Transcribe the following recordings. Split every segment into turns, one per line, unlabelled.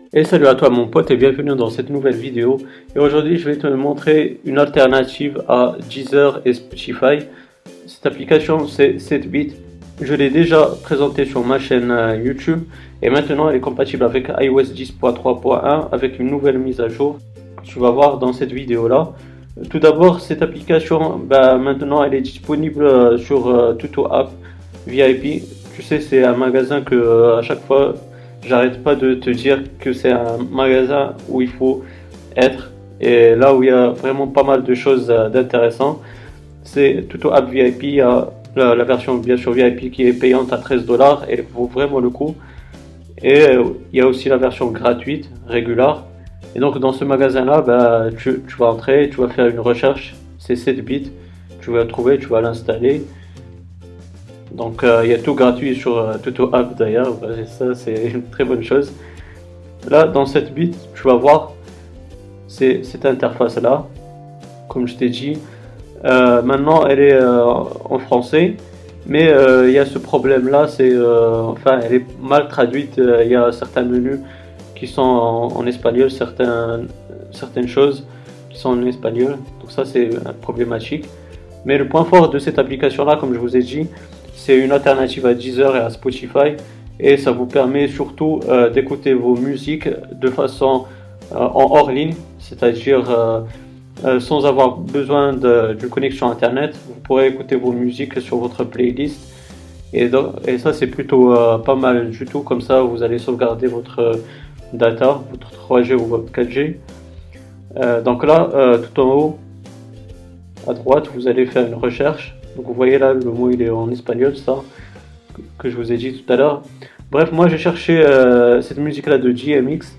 Et salut à toi mon pote et bienvenue dans cette nouvelle vidéo. Et aujourd'hui je vais te montrer une alternative à Deezer et Spotify. Cette application c'est 7bit. Je l'ai déjà présentée sur ma chaîne YouTube et maintenant elle est compatible avec iOS 10.3.1 avec une nouvelle mise à jour que tu vas voir dans cette vidéo là. Tout d'abord cette application maintenant elle est disponible sur TutoApp VIP. Tu sais c'est un magasin que à chaque fois j'arrête pas de te dire que c'est un magasin où il faut être et là où il y a vraiment pas mal de choses d'intéressant. C'est TutoApp VIP, il y a la version bien sûr VIP qui est payante à 13$ et vaut vraiment le coup. Et il y a aussi la version gratuite, régulière. Et donc dans ce magasin là, tu vas entrer, tu vas faire une recherche, c'est 7bit, tu vas trouver, tu vas l'installer. Donc il y a tout gratuit sur TutoApp d'ailleurs, ça c'est une très bonne chose. Là dans 7bit, tu vas voir cette interface là, comme je t'ai dit. Maintenant elle est en français, mais il y a ce problème là, enfin elle est mal traduite, il y a certains menus qui sont en espagnol, certaines choses qui sont en espagnol, donc ça c'est problématique. Mais le point fort de cette application là, comme je vous ai dit, c'est une alternative à Deezer et à Spotify et ça vous permet surtout d'écouter vos musiques de façon en hors ligne, c'est-à-dire sans avoir besoin d'une connexion internet. Vous pourrez écouter vos musiques sur votre playlist et ça c'est plutôt pas mal du tout. Comme ça vous allez sauvegarder votre data, votre 3G ou votre 4G. Donc là tout en haut à droite vous allez faire une recherche. Donc vous voyez là le mot il est en espagnol, ça que je vous ai dit tout à l'heure. Bref, moi j'ai cherché cette musique là de GMX.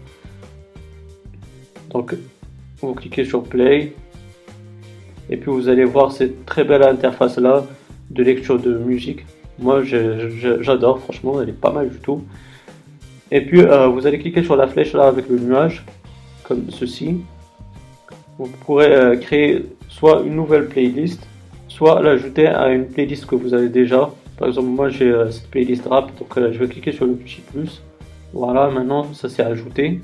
Donc vous cliquez sur play et puis vous allez voir cette très belle interface là de lecture de musique. Moi j'adore, franchement elle est pas mal du tout. Et puis vous allez cliquer sur la flèche là avec le nuage comme ceci. Vous pourrez créer soit une nouvelle playlist, soit l'ajouter à une playlist que vous avez déjà. Par exemple moi j'ai cette playlist rap, donc je vais cliquer sur le petit plus. Voilà, maintenant ça s'est ajouté.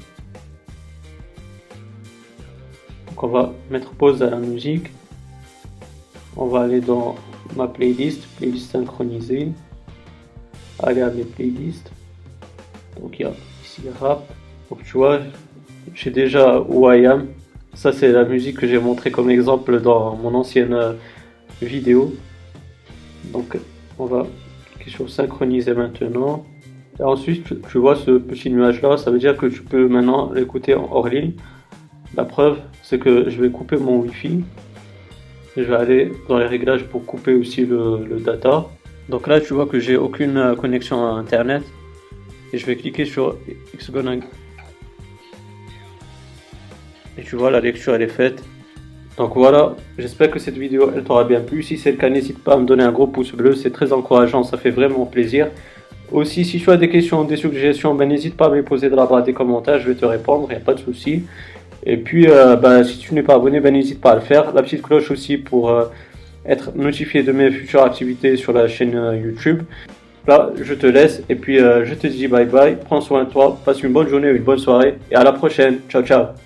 Donc on va mettre pause à la musique. On va aller dans ma playlist synchronisée. Aller à mes playlists. Donc il y a ici rap. Donc tu vois, j'ai déjà Who I Am. Ça c'est la musique que j'ai montré comme exemple dans mon ancienne vidéo. Donc on va cliquer sur synchroniser maintenant. Et ensuite tu vois ce petit nuage là, ça veut dire que tu peux maintenant l'écouter en hors ligne. La preuve c'est que je vais couper mon wifi. Je vais aller dans les réglages pour couper aussi le data. Donc là tu vois que j'ai aucune connexion à internet. Et je vais cliquer sur Hexagon. Et tu vois la lecture elle est faite. Donc voilà, j'espère que cette vidéo elle t'aura bien plu. Si c'est le cas, n'hésite pas à me donner un gros pouce bleu, c'est très encourageant, ça fait vraiment plaisir. Aussi si tu as des questions, des suggestions, n'hésite pas à me les poser dans la barre des commentaires, je vais te répondre, il n'y a pas de souci. Et puis si tu n'es pas abonné, n'hésite pas à le faire. La petite cloche aussi pour être notifié de mes futures activités sur la chaîne YouTube. Là je te laisse et puis je te dis bye bye, prends soin de toi, passe une bonne journée, une bonne soirée et à la prochaine, ciao ciao.